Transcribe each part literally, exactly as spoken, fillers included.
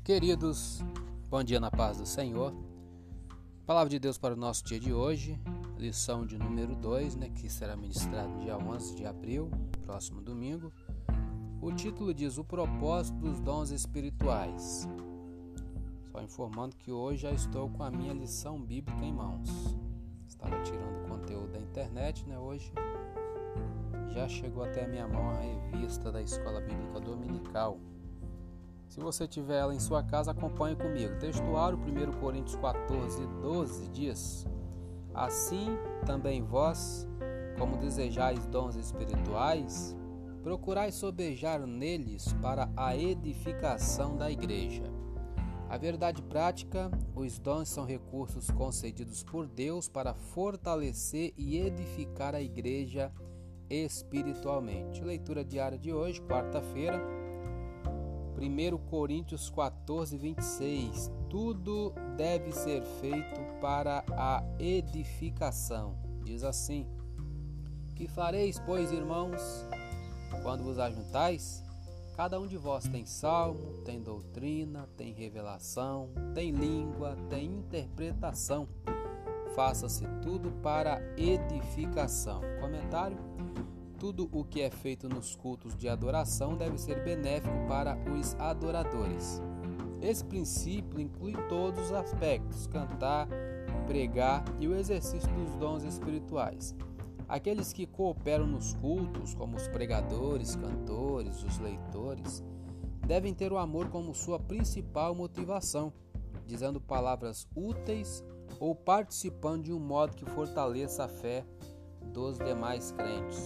Queridos, bom dia na paz do Senhor. Palavra de Deus para o nosso dia de hoje, lição de número dois, né, que será ministrada no dia onze de abril, próximo domingo. O título diz: O propósito dos dons espirituais. Só informando que hoje já estou com a minha lição bíblica em mãos. Estava tirando conteúdo da internet, né, hoje já chegou até a minha mão a revista da Escola Bíblica Dominical. Se você tiver ela em sua casa, acompanhe comigo. Textuário, primeiro Coríntios quatorze, doze diz: Assim também vós, como desejais dons espirituais, procurai sobejar neles para a edificação da igreja. A verdade prática, os dons são recursos concedidos por Deus para fortalecer e edificar a igreja espiritualmente. Leitura diária de hoje, quarta-feira, primeiro Coríntios quatorze, vinte e seis. Tudo deve ser feito para a edificação. Diz assim: Que fareis, pois, irmãos, quando vos ajuntais? Cada um de vós tem salmo, tem doutrina, tem revelação, tem língua, tem interpretação. Faça-se tudo para edificação. Comentário: Tudo o que é feito nos cultos de adoração deve ser benéfico para os adoradores. Esse princípio inclui todos os aspectos: cantar, pregar e o exercício dos dons espirituais. Aqueles que cooperam nos cultos, como os pregadores, cantores, os leitores, devem ter o amor como sua principal motivação, dizendo palavras úteis ou participando de um modo que fortaleça a fé dos demais crentes.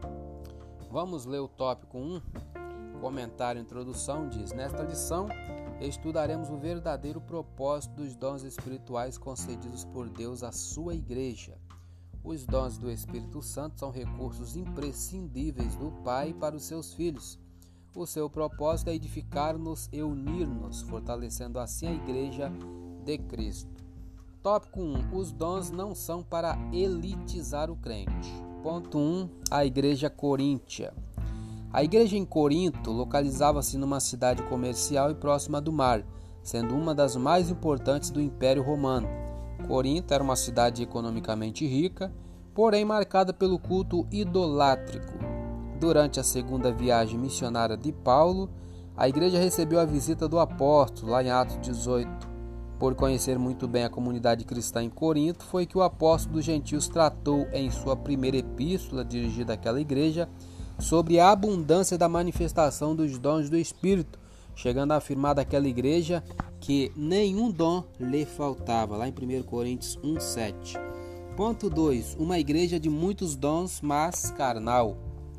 Vamos ler o tópico um. Comentário introdução diz: Nesta lição, estudaremos o verdadeiro propósito dos dons espirituais concedidos por Deus à sua igreja. Os dons do Espírito Santo são recursos imprescindíveis do Pai para os seus filhos. O seu propósito é edificar-nos e unir-nos, fortalecendo assim a igreja de Cristo. Tópico um. Os dons não são para elitizar o crente. Ponto um. A igreja coríntia. A igreja em Corinto localizava-se numa cidade comercial e próxima do mar, sendo uma das mais importantes do Império Romano. Corinto era uma cidade economicamente rica, porém marcada pelo culto idolátrico. Durante a segunda viagem missionária de Paulo, a igreja recebeu a visita do apóstolo, lá em Atos dezoito. Por conhecer muito bem a comunidade cristã em Corinto, foi que o apóstolo dos gentios tratou em sua primeira epístola dirigida àquela igreja sobre a abundância da manifestação dos dons do Espírito, chegando a afirmar daquela igreja que nenhum dom lhe faltava, lá em primeiro Coríntios um, sete. Ponto dois. Uma igreja de muitos dons, mas carnal.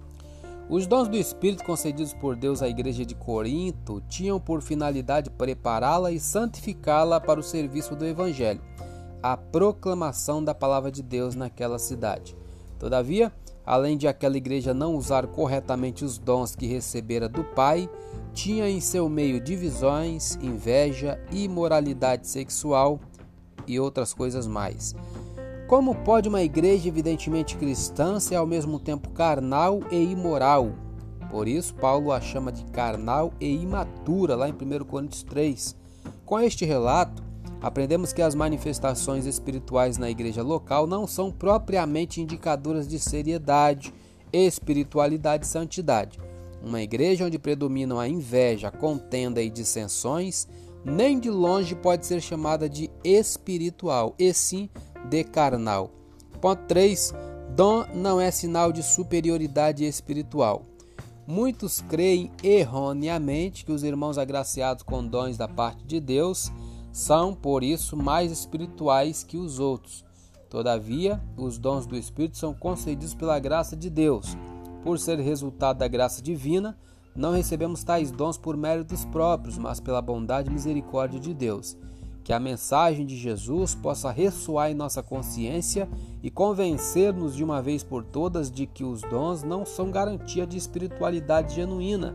Os dons do Espírito concedidos por Deus à igreja de Corinto tinham por finalidade prepará-la e santificá-la para o serviço do Evangelho, a proclamação da palavra de Deus naquela cidade. Todavia, além de aquela igreja não usar corretamente os dons que recebera do Pai, tinha em seu meio divisões, inveja, imoralidade sexual e outras coisas mais. Como pode uma igreja evidentemente cristã ser ao mesmo tempo carnal e imoral? Por isso, Paulo a chama de carnal e imatura, lá em primeiro Coríntios três. Com este relato, aprendemos que as manifestações espirituais na igreja local não são propriamente indicadoras de seriedade, espiritualidade e santidade. Uma igreja onde predominam a inveja, a contenda e dissensões, nem de longe pode ser chamada de espiritual, e sim de carnal. Ponto três. Dom não é sinal de superioridade espiritual. Muitos creem erroneamente que os irmãos agraciados com dons da parte de Deus são, por isso, mais espirituais que os outros. Todavia, os dons do Espírito são concedidos pela graça de Deus. Por ser resultado da graça divina, não recebemos tais dons por méritos próprios, mas pela bondade e misericórdia de Deus. Que a mensagem de Jesus possa ressoar em nossa consciência e convencer-nos de uma vez por todas de que os dons não são garantia de espiritualidade genuína.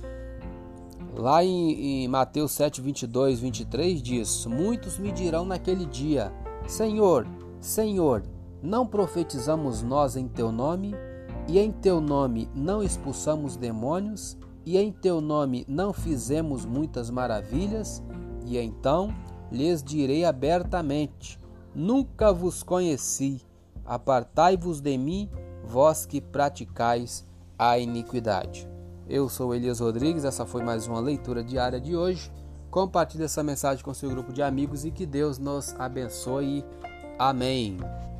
Lá em, em Mateus sete, vinte e dois, vinte e três diz: Muitos me dirão naquele dia: Senhor, Senhor, não profetizamos nós em teu nome? E em teu nome não expulsamos demônios? E em teu nome não fizemos muitas maravilhas? E então lhes direi abertamente: nunca vos conheci. Apartai-vos de mim, vós que praticais a iniquidade. Eu sou Elias Rodrigues, essa foi mais uma leitura diária de hoje. Compartilhe essa mensagem com seu grupo de amigos e que Deus nos abençoe. Amém.